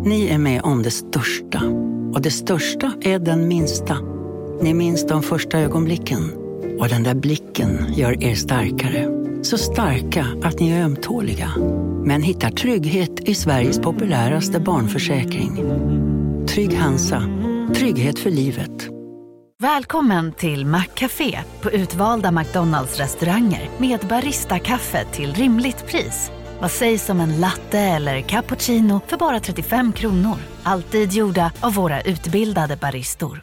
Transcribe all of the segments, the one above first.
Ni är med om det största. Och det största är den minsta. Ni minns de första ögonblicken. Och den där blicken gör er starkare. Så starka att ni är ömtåliga. Men hittar trygghet i Sveriges populäraste barnförsäkring. Trygg Hansa. Trygghet för livet. Välkommen till McCafé på utvalda McDonalds-restauranger med Barista-kaffe till rimligt pris. Vad sägs om en latte eller cappuccino för bara 35 kronor? Alltid gjorda av våra utbildade baristor.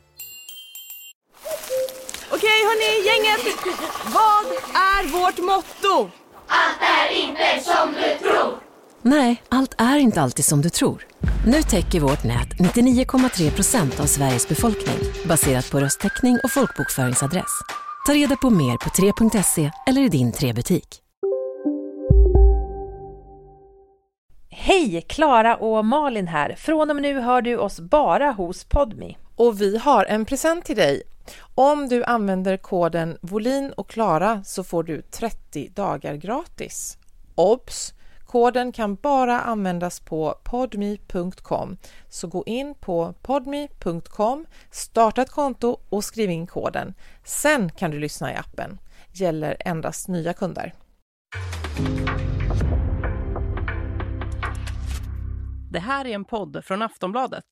Okej hörni, gänget! Vad är vårt motto? Allt är inte som du tror. Nej, allt är inte alltid som du tror. Nu täcker vårt nät 99,3% av Sveriges befolkning baserat på röstteckning och folkbokföringsadress. Ta reda på mer på 3.se eller i din 3-butik. Hej, Klara och Malin här. Från och med nu hör du oss bara hos Podme. Och vi har en present till dig. Om du använder koden Volin och Klara så får du 30 dagar gratis. Obs! Koden kan bara användas på podme.com. Så gå in på podme.com, starta ett konto och skriv in koden. Sen kan du lyssna i appen. Gäller endast nya kunder. Det här är en podd från Aftonbladet.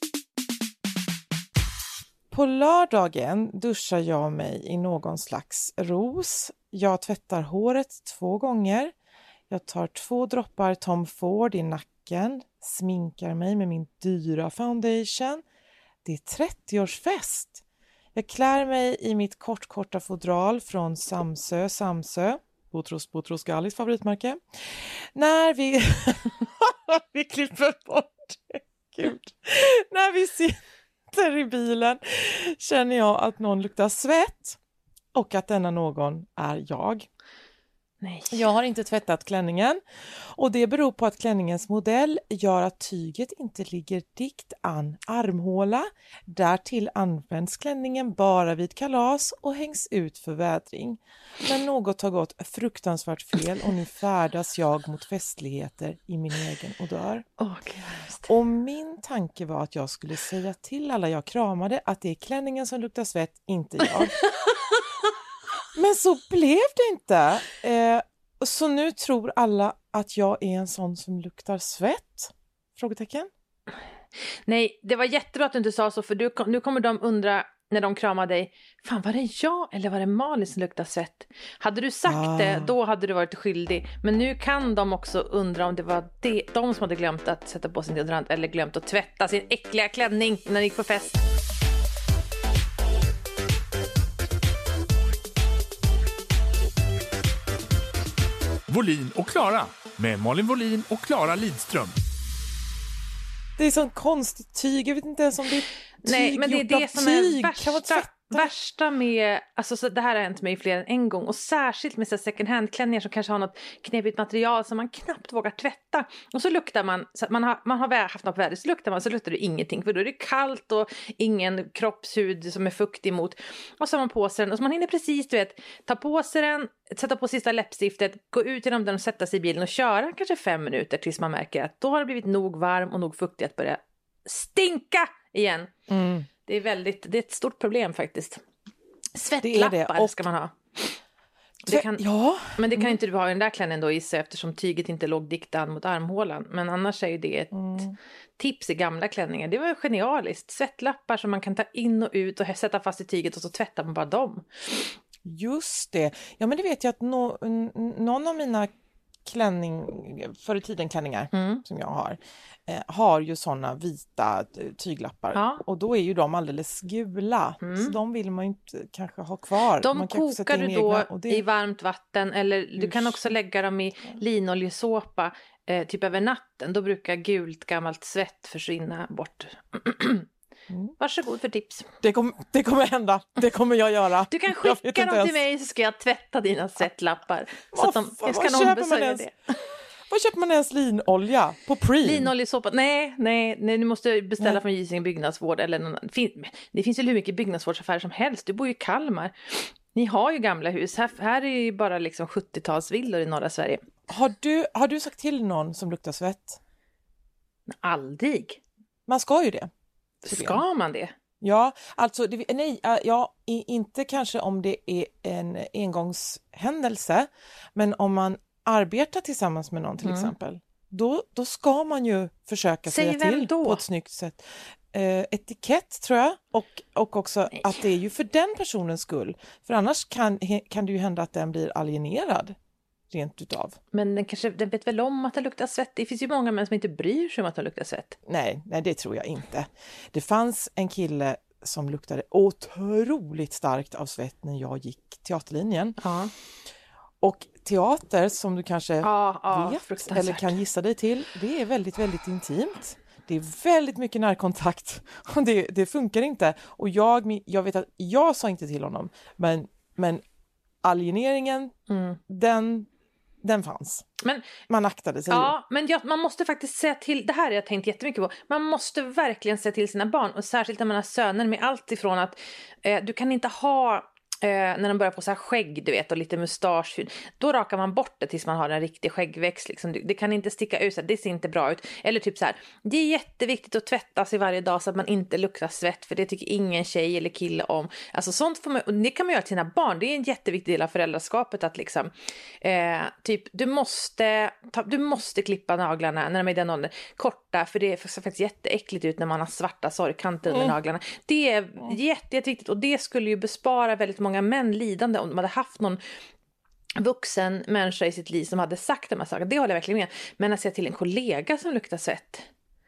På lördagen duschar jag mig i någon slags ros. Jag tvättar håret 2 gånger. Jag tar 2 droppar Tom Ford i nacken. Sminkar mig med min dyra foundation. Det är 30-årsfest. Jag klär mig i mitt korta fodral från Samsö. Botros Gallis favoritmärke. När vi... vi klipper bort det. Gud. När vi sitter i bilen känner jag att någon luktar svett. Och att denna någon är jag. Nej. Jag har inte tvättat klänningen. Och det beror på att klänningens modell gör att tyget inte ligger dikt an armhåla. Därtill används klänningen bara vid kalas och hängs ut för vädring. Men något har gått fruktansvärt fel och nu färdas jag mot festligheter i min egen odör. Och min tanke var att jag skulle säga till alla jag kramade att det är klänningen som luktar svett, inte jag. Men så blev det inte. Så nu tror alla att jag är en sån som luktar svett? Frågetecken. Nej, det var jättebra att du inte sa så, för nu kommer de undra när de kramar dig. Fan, var det jag eller var det Malin som luktar svett? Hade du sagt det, då hade du varit skyldig. Men nu kan de också undra om det var de som hade glömt att sätta på sin deodorant eller glömt att tvätta sin äckliga klänning när de gick på fest. Volin och Klara med Malin Volin och Klara Lidström. Det är sånt konstigt tyg. Jag vet inte ens om det är tyg. Nej, men det är det som är värsta värsta med, alltså så det här har hänt mig fler än en gång, och särskilt med så second hand klänningar som kanske har något knepigt material som man knappt vågar tvätta, och så luktar man, så att man har haft något väder, så luktar det ingenting, för då är det kallt och ingen kroppshud som är fuktig mot, och så har man på sig den och så man hinner precis, du vet, ta på sig den, sätta på sista läppstiftet, gå ut genom den och sätta sig i bilen och köra kanske 5 minuter tills man märker att då har det blivit nog varm och nog fuktig att börja stinka igen. Det är ett stort problem faktiskt. Svettlappar det. Och ska man ha. Men det kan inte du ha i den där klänningen då, gissa, eftersom tyget inte låg diktan mot armhålan. Men annars är ju det ett tips i gamla klänningar. Det var genialiskt. Svettlappar som man kan ta in och ut och sätta fast i tyget och så tvättar man bara dem. Just det. Ja, men det vet jag att någon av mina förr i tiden klänningar som jag har ju såna vita tyglappar. Ja. Och då är ju de alldeles gula. Så de vill man ju inte kanske ha kvar. De man kokar du då i varmt vatten, eller du kan också lägga dem i linoljesåpa typ över natten. Då brukar gult gammalt svett försvinna bort. Varsågod för tips. Det kommer hända. Det kommer jag göra. Du kan skicka dem till mig så ska jag tvätta dina svettlappar. Så att jag ska ombesörja det. Vad köper man ens linolja på Preem? Linoljesåpa? Nej, du måste beställa från Gysinge byggnadsvård eller någon. Det finns ju hur mycket byggnadsvårdsaffärer som helst. Du bor ju i Kalmar. Ni har ju gamla hus. Här är ju bara liksom 70-talsvillor i norra Sverige. Har du sagt till någon som luktar svett? Aldrig. Man ska ju det. Ska man det? Ja, alltså inte kanske om det är en engångshändelse, men om man arbetar tillsammans med någon till exempel, då ska man ju försöka säga till på ett snyggt sätt. Etikett tror jag, och också att det är ju för den personens skull, för annars kan det ju hända att den blir alienerad rent utav. Men den vet väl om att det luktar svett? Det finns ju många män som inte bryr sig om att det luktar svett. Nej, det tror jag inte. Det fanns en kille som luktade otroligt starkt av svett när jag gick teaterlinjen. Ja. Och teater, som du kanske vet eller kan gissa dig till, det är väldigt, väldigt intimt. Det är väldigt mycket närkontakt och det funkar inte. Och jag vet att jag sa inte till honom, men alieneringen, den fanns. Men man aktade sig. Ja, men man måste faktiskt säga till, det här har jag tänkt jättemycket på. Man måste verkligen säga till sina barn, och särskilt när man har söner, med allt ifrån att du kan inte ha när de börjar på så här skägg, du vet, och lite mustasch, då rakar man bort det tills man har en riktig skäggväxt liksom. Det kan inte sticka ut, så det ser inte bra ut. Eller typ så här, det är jätteviktigt att tvätta sig varje dag så att man inte luktar svett, för det tycker ingen tjej eller kille om. Alltså sånt får man, och det kan man göra till sina barn. Det är en jätteviktig del av föräldraskapet, att liksom typ du måste klippa naglarna när de är i den åldern korta, för det ser faktiskt jätteäckligt ut när man har svarta sorgkanter under naglarna. Det är jätteviktigt, och det skulle ju bespara väldigt många män lidande om de hade haft någon vuxen människa i sitt liv som hade sagt de här sakerna. Det håller jag verkligen med. Men att säga till en kollega som luktar svett,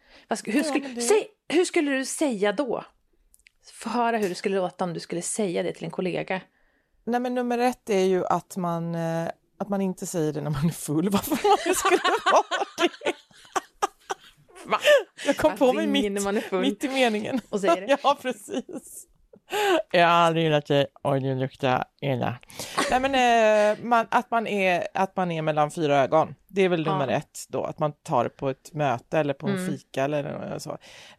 hur skulle du säga då? Få höra hur det skulle låta om du skulle säga det till en kollega. Nej, men nummer 1 är ju att man inte säger det när man är full. Varför man skulle vara det? Va? Jag kom på mig mitt i meningen. Och säger det. Ja, precis. Jag har aldrig gillat dig och du luktar illa. Nej, men att man är mellan 4 ögon. Det är väl nummer 1 då. Att man tar det på ett möte eller på en fika eller så.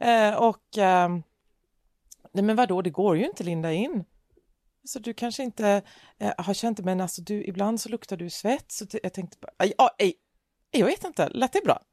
Nej, men vadå, det går ju inte linda in. Så du kanske inte har känt det, men alltså ibland så luktar du svett. Så jag tänkte bara, jag vet inte, lät det bra?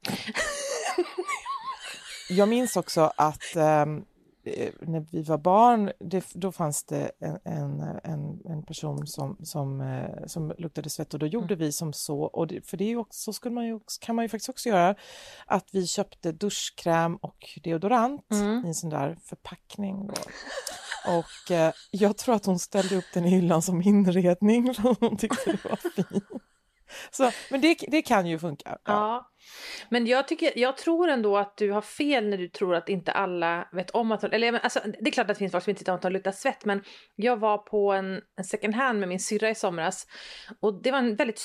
Jag minns också att när vi var barn, då fanns det en person som luktade svett, och då gjorde vi som så, och för det är ju också, kan man ju faktiskt också göra, att vi köpte duschkräm och deodorant i en sån där förpackning då. Och jag tror att hon ställde upp den i hyllan som inredning, för hon tyckte det var fint. Så, men det kan ju funka. Ja. Men jag tror ändå att du har fel när du tror att inte alla vet om att, eller alltså, det är klart att det finns folk som inte vet om att de luktar svett, men jag var på en second hand med min syrra i somras, och det var en väldigt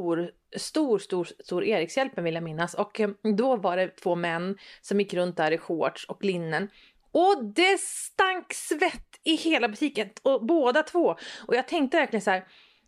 stor Erikshjälpen, vill jag minnas, och då var det 2 män som gick runt där i shorts och linnen. Och det stank svett i hela butiken, och båda 2. Och jag tänkte verkligen så här,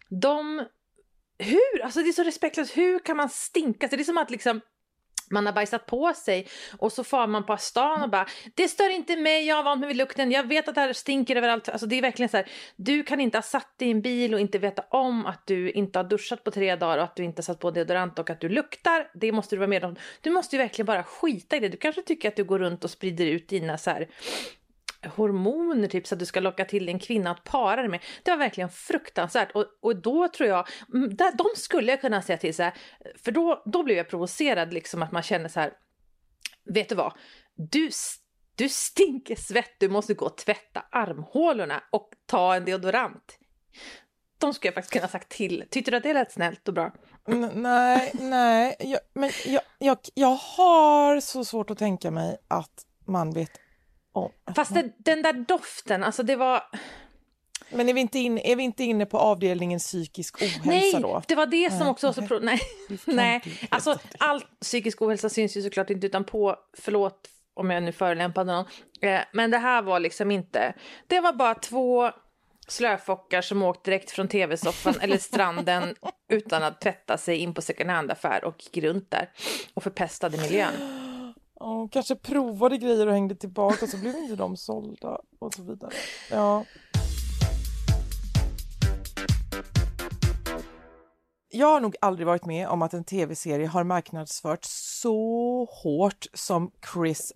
alltså det är så respektlöst, hur kan man stinka? Så det är som att liksom man har bajsat på sig, och så far man på stan och bara, det stör inte mig, jag har vant mig vid lukten, jag vet att det här stinker överallt. Alltså det är verkligen så här, du kan inte ha satt dig i en bil och inte veta om att du inte har duschat på 3 dagar och att du inte har satt på deodorant och att du luktar. Det måste du vara med om. Du måste ju verkligen bara skita i det. Du kanske tycker att du går runt och sprider ut dina så här hormoner typ, så att du ska locka till en kvinna att para dig med. Det var verkligen fruktansvärt, och då tror jag de skulle jag kunna säga till så här, för då blev jag provocerad liksom, att man känner så här, vet du vad, du stinker svett, du måste gå och tvätta armhålorna och ta en deodorant. De skulle jag faktiskt kunna sagt till. Tyckte du att det lät snällt och bra? Nej, men jag har så svårt att tänka mig att man vet. Fast den där doften, alltså det var... Men är vi inte inne på avdelningen psykisk ohälsa då? Nej, det var det som också... Nej. Alltså all psykisk ohälsa syns ju såklart inte utanpå, förlåt om jag nu förolämpade någon. Men det här var liksom inte... Det var bara 2 slöfockar som åkte direkt från tv-soffan eller stranden utan att tvätta sig in på second hand-affär och gick runt där och förpestade miljön. Kanske provade grejer och hängde tillbaka, och så blev inte de sålda och så vidare. Ja. Jag har nog aldrig varit med om att en tv-serie har marknadsfört så hårt som Chris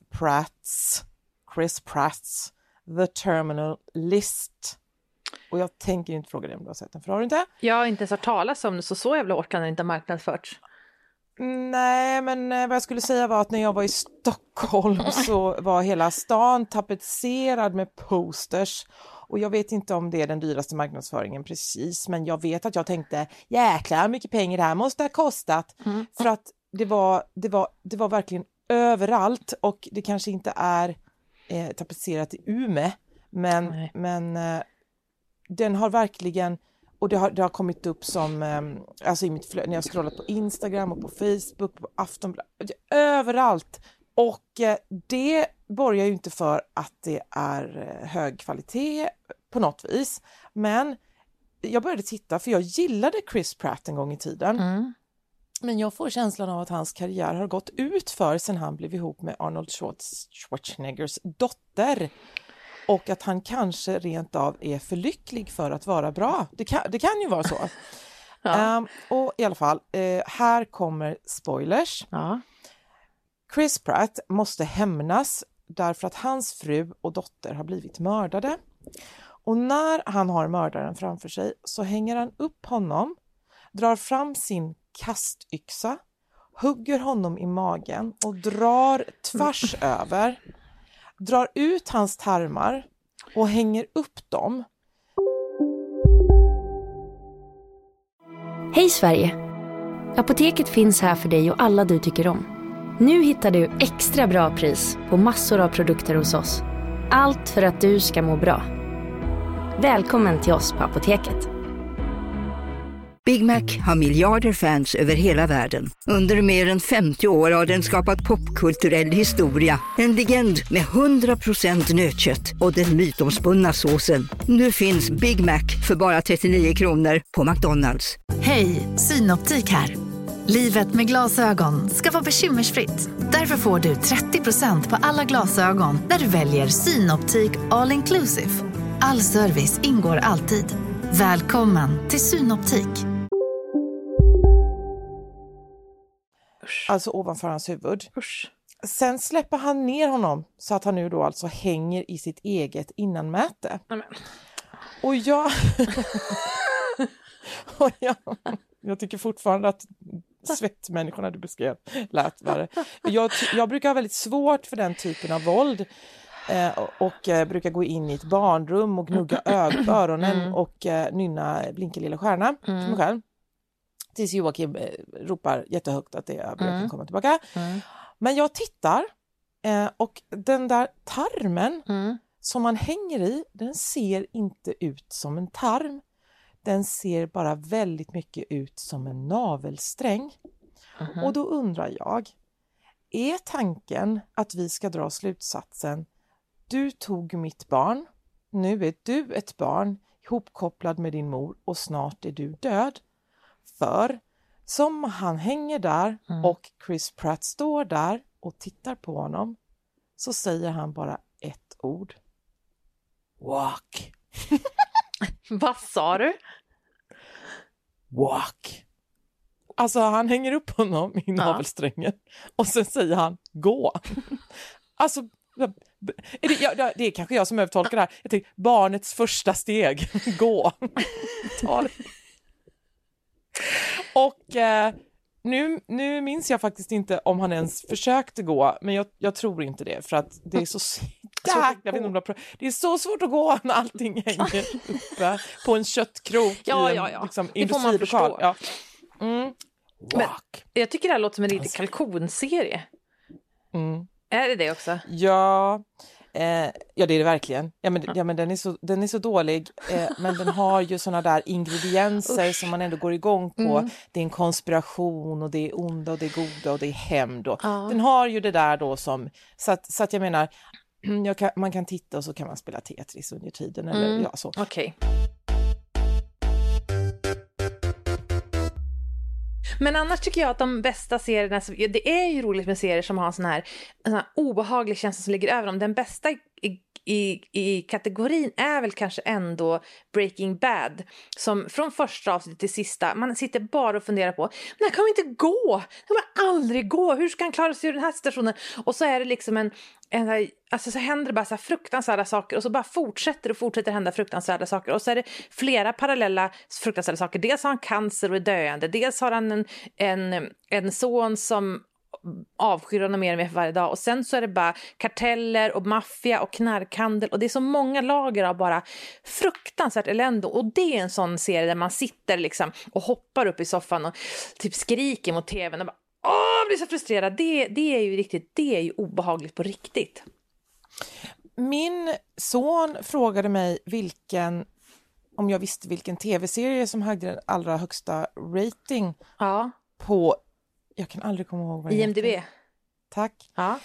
Pratt's The Terminal List. Och jag tänker inte fråga dig om du har sett den, för har du inte? Jag har inte ens hört talas om det, så jävla hårt kan den inte ha marknadsförts. Nej, men vad jag skulle säga var att när jag var i Stockholm så var hela stan tapetserad med posters. Och jag vet inte om det är den dyraste marknadsföringen precis, men jag vet att jag tänkte jäklar mycket pengar det här måste ha kostat. För att det var verkligen överallt, och det kanske inte är tapetserat i Umeå, men den har verkligen, och det har kommit upp som alltså i mitt flöde, när jag scrollat på Instagram och på Facebook, på Aftonbladet, överallt. Och det borgar ju inte för att det är hög kvalitet på något vis. Men jag började titta, för jag gillade Chris Pratt en gång i tiden. Men jag får känslan av att hans karriär har gått ut för sen han blev ihop med Arnold Schwarzeneggers dotter. Och att han kanske rent av är för lycklig för att vara bra. Det kan ju vara så. Ja. Och i alla fall, här kommer spoilers. Ja. Chris Pratt måste hämnas därför att hans fru och dotter har blivit mördade. Och när han har mördaren framför sig så hänger han upp honom, drar fram sin kastyxa, hugger honom i magen och drar tvärs över, drar ut hans tarmar och hänger upp dem. Hej Sverige! Apoteket finns här för dig och alla du tycker om. Nu hittar du extra bra pris på massor av produkter hos oss. Allt för att du ska må bra. Välkommen till oss på Apoteket. Big Mac har miljarder fans över hela världen. Under mer än 50 år har den skapat popkulturell historia. En legend med 100% nötkött och den mytomspunna såsen. Nu finns Big Mac för bara 39 kronor på McDonald's. Hej, Synoptik här. Livet med glasögon ska vara bekymmersfritt. Därför får du 30% på alla glasögon när du väljer Synoptik All Inclusive. All service ingår alltid. Välkommen till Synoptik. Alltså ovanför hans huvud. Sen släpper han ner honom så att han nu då alltså hänger i sitt eget innanmäte. Och jag tycker fortfarande att svettmänniskorna du beskrev lät värre. Jag brukar ha väldigt svårt för den typen av våld. Och brukar gå in i ett barnrum och gnugga öronen och nynna Blinka lilla stjärna för mig själv. Tills Joakim ropar jättehögt att det är kan komma tillbaka. Men jag tittar och den där tarmen som man hänger i, den ser inte ut som en tarm. Den ser bara väldigt mycket ut som en navelsträng. Och då undrar jag, är tanken att vi ska dra slutsatsen: du tog mitt barn, nu är du ett barn ihopkopplad med din mor och snart är du död? För som han hänger där och Chris Pratt står där och tittar på honom, så säger han bara ett ord. Walk. Vad sa du? Walk. Alltså han hänger upp honom i navelsträngen och sen säger han gå. Alltså det är kanske jag som övertolkar det här. Jag tänker, barnets första steg, gå. Ta det. Och nu minns jag faktiskt inte om han ens försökte gå, men jag tror inte det, för att det är så det är så svårt att gå när allting hänger uppe på en köttkrok i en liksom, industrilokal. Ja. Men jag tycker det här låter som en riktig kalkonserie. Är det också? Ja, det är det verkligen. Men den är så dålig. Men den har ju såna där ingredienser som man ändå går igång på. Det är en konspiration och det är onda och det är goda och det är hämnd. Den har ju det där då som... Så att jag menar, man kan titta och så kan man spela Tetris under tiden. Eller, så. Okej. Men annars tycker jag att de bästa serierna, det är ju roligt med serier som har en sån här obehaglig känsla som ligger över dem. Den bästa i kategorin är väl kanske ändå Breaking Bad. Som från första avsnitt till sista, man sitter bara och funderar på, men det här kommer inte gå. Det kommer aldrig gå. Hur ska han klara sig i den här situationen? Och så är det liksom alltså så händer det bara så här fruktansvärda saker och så bara fortsätter hända fruktansvärda saker och så är det flera parallella fruktansvärda saker. Dels har han cancer och är döende, dels har han en son som avskyr honom mer och mer för varje dag och sen så är det bara karteller och maffia och knarkhandel och det är så många lager av bara fruktansvärt elände och det är en sån serie där man sitter liksom och hoppar upp i soffan och typ skriker mot tvn och bara jag blir så frustrerad. Det är ju obehagligt på riktigt. Min son frågade mig om jag visste vilken tv-serie som hade den allra högsta rating på, jag kan aldrig komma ihåg vad det IMDb. heter. Tack. Ja.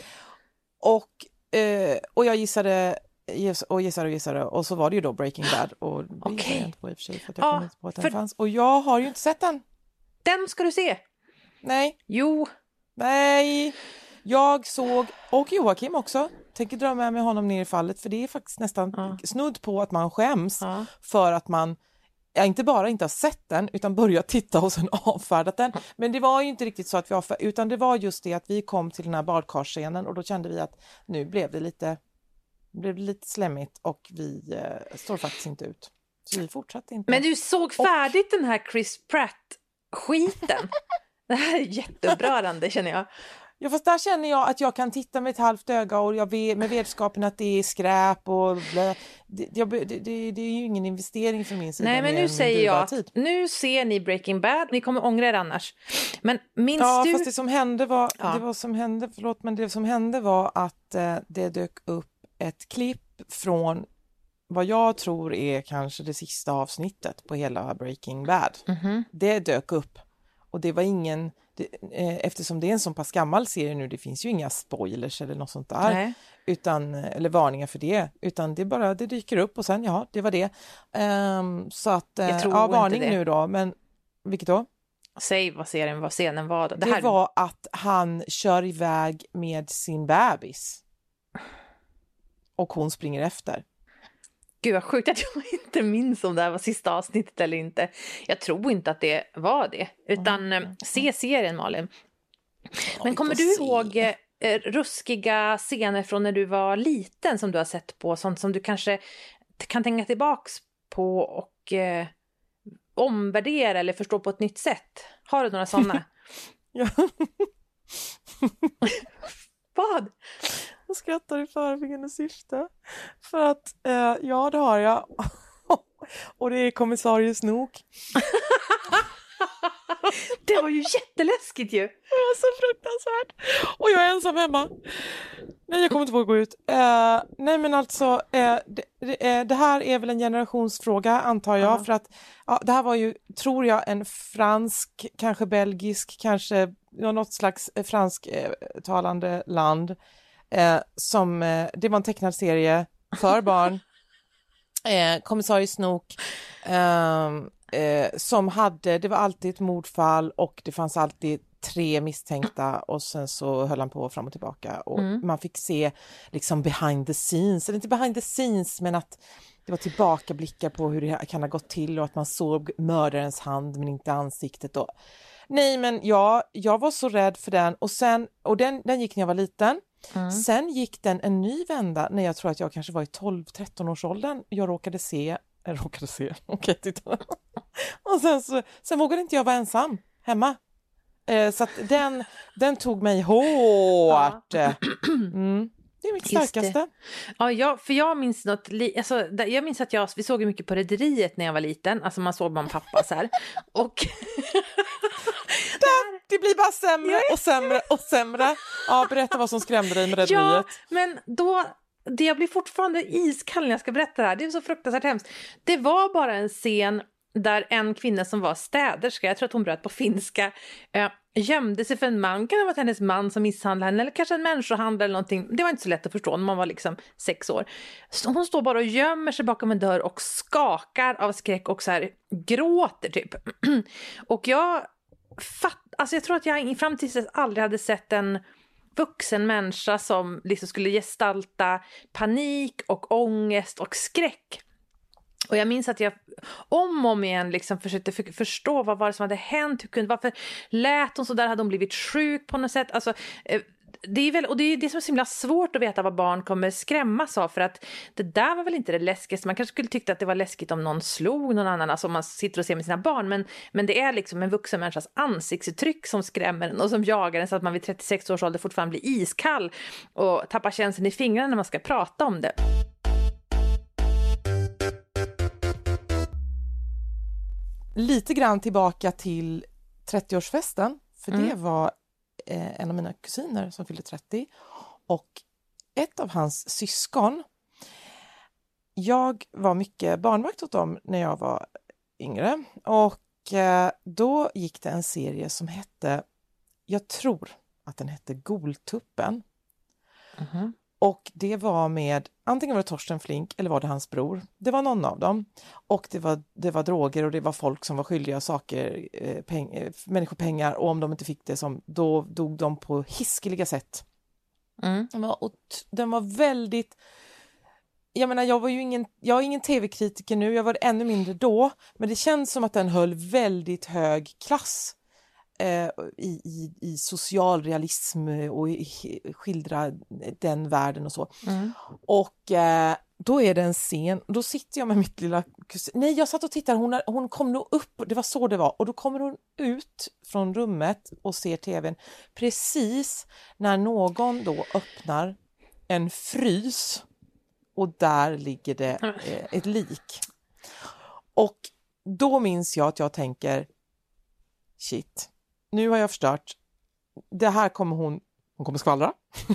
Och jag gissade och så var det ju då Breaking Bad och det gick jag inte på i och för sig för att jag kom inte på att den fanns. Och jag har ju inte sett den. Den ska du se. Nej. Jo. Nej. Jag såg, och Joakim också, tänker dra med mig honom ner i fallet för det är faktiskt nästan snudd på att man skäms för att man inte bara inte har sett den utan börjat titta och sen avfärdat den. Men det var ju inte riktigt så att vi avfärdade, utan det var just det att vi kom till den här badkarsscenen och då kände vi att nu blev det lite slemmigt och vi står faktiskt inte ut. Så vi fortsatte inte. Men du såg färdigt den här Chris Pratt-skiten. Det här är jätteupprörande känner jag. Ja, fast där känner jag att jag kan titta med ett halvt öga och jag vet, med vetskapen att det är skräp och det är ju ingen investering för min sida. Nej, men nu säger jag att nu ser ni Breaking Bad, ni kommer ångra er annars. Men minns du? Fast det som hände var att det dök upp ett klipp från vad jag tror är kanske det sista avsnittet på hela Breaking Bad. Mm-hmm. Det dök upp och det var ingen... eftersom det är en så pass gammal serie nu, det finns ju inga spoilers eller något sånt där, eller varningar för det, utan det dyker upp och sen, det var det. Så att, varning nu då, men vilket då? Säg vad scenen var då. Det var att han kör iväg med sin bebis och hon springer efter. Gud vad sjukt att jag inte minns om det här var sista avsnittet eller inte. Jag tror inte att det var det. Utan se serien, Malin. Men kommer du ihåg ruskiga scener från när du var liten som du har sett på? Sånt som du kanske kan tänka tillbaks på och omvärdera eller förstå på ett nytt sätt. Har du några sådana? Ja. Vad? Jag skrattar i förebyggande syfte. För att, det har jag. Och det är kommissarie Snook. Det var ju jätteläskigt ju. Det var så fruktansvärt. Och jag är ensam hemma. Nej, jag kommer inte få gå ut. Nej, men alltså, det här är väl en generationsfråga, antar jag. För att det här var ju, tror jag, en fransk, kanske belgisk, kanske något slags fransktalande land. Det var en tecknad serie för barn. Kommissarie Snook som det var alltid ett mordfall och det fanns alltid 3 misstänkta och sen så höll han på fram och tillbaka och man fick se liksom behind the scenes, eller inte behind the scenes men att det var tillbakablickar på hur det kan ha gått till och att man såg mördarens hand men inte ansiktet och nej, men jag var så rädd för den och den gick när jag var liten. Sen gick den en ny vända när jag tror att jag kanske var i 12-13 års åldern. Jag råkade se. Okej, titta. Och sen vågade inte jag vara ensam hemma. Så att den tog mig hårt. Det är mitt starkaste. Ja, för jag minns jag minns att vi såg mycket på Rederiet när jag var liten. Alltså man såg mamma och pappa så här. Och det blir bara sämre och sämre och sämre. Ja, berätta vad som skrämde dig med Rederiet. Ja, men då... Jag blir fortfarande iskall när jag ska berätta det här. Det är så fruktansvärt hemskt. Det var bara en scen där en kvinna som var städerska, jag tror att hon bröt på finska, gömde sig för en man. Kan det ha varit hennes man som misshandlade henne eller kanske en människohandel eller någonting. Det var inte så lätt att förstå när man var liksom 6 år. Så hon står bara och gömmer sig bakom en dörr och skakar av skräck och så här gråter typ. Och jag tror att jag fram tills aldrig hade sett en vuxen människa som liksom skulle gestalta panik och ångest och skräck. Och jag minns att jag om igen liksom försökte förstå vad var det som hade hänt. Varför lät hon så där? Hade hon blivit sjuk på något sätt? Alltså, det är väl, och det är det som är så himla svårt att veta vad barn kommer skrämmas av. För att det där var väl inte det läskigaste. Man kanske skulle tycka att det var läskigt om någon slog någon annan. Alltså om man sitter och ser med sina barn. Men det är liksom en vuxen människas ansiktsuttryck som skrämmer en. Och som jagar en så att man vid 36 års ålder fortfarande blir iskall. Och tappar känslan i fingrarna när man ska prata om det. Lite grann tillbaka till 30-årsfesten. För det var en av mina kusiner som fyllde 30. Och ett av hans syskon. Jag var mycket barnvakt åt dem när jag var yngre. Och då gick det en serie som hette, jag tror att den hette Goltuppen. Och det var med, antingen var det Torsten Flink eller var det hans bror. Det var någon av dem. Och det var droger och det var folk som var skyldiga saker, människor pengar. Och om de inte fick det, då dog de på hiskeliga sätt. Den var väldigt... Jag menar, jag är ingen tv-kritiker nu, jag var ännu mindre då. Men det känns som att den höll väldigt hög klass. I social realism och skildra den världen och så. Och då är det en scen, då sitter jag med mitt lilla kusin. Nej, jag satt och tittade, hon kom nog upp, det var så det var. Och då kommer hon ut från rummet och ser tvn precis när någon då öppnar en frys och där ligger det ett lik. Och då minns jag att jag tänker, shit, nu har jag förstört. Det här kommer hon kommer skvallra.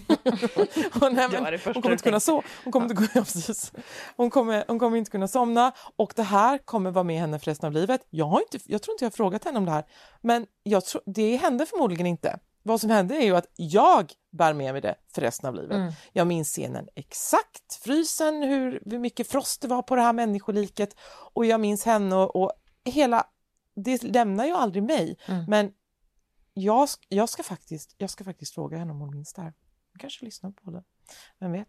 Hon kommer inte kunna så. Hon kommer inte kunna somna och det här kommer vara med henne för resten av livet. Jag tror inte jag har frågat henne om det här, men det hände förmodligen inte. Vad som hände är ju att jag bär med mig det för resten av livet. Jag minns scenen exakt, frysen, hur mycket frost det var på det här människoliket och jag minns henne och hela, det lämnar ju aldrig mig. Men jag ska faktiskt fråga henne om hon minns det här. Hon kanske lyssnar på det. Vem vet.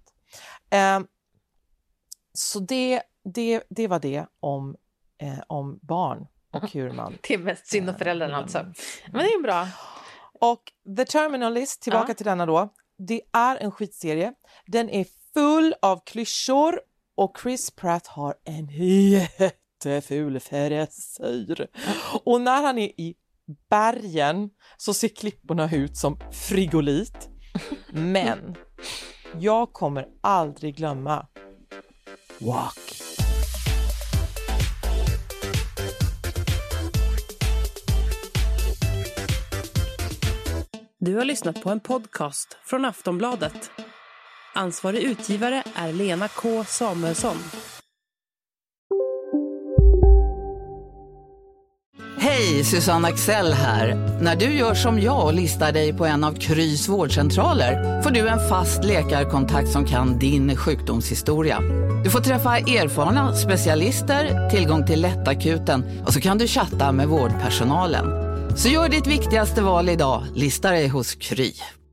Så det var det om barn och hur man... Det är mest synd om föräldrarna alltså. Men det är bra. Och The Terminalist, tillbaka till denna då. Det är en skitserie. Den är full av klyschor och Chris Pratt har en jätteful frisyr. Och när han är i bergen så ser klipporna ut som frigolit. Men jag kommer aldrig glömma Walk. Du har lyssnat på en podcast från Aftonbladet. Ansvarig utgivare är Lena K. Samuelsson. Hej, Susanne Axel här. När du gör som jag och listar dig på en av Krys vårdcentraler får du en fast läkarkontakt som kan din sjukdomshistoria. Du får träffa erfarna specialister, tillgång till lättakuten och så kan du chatta med vårdpersonalen. Så gör ditt viktigaste val idag, lista dig hos Kry.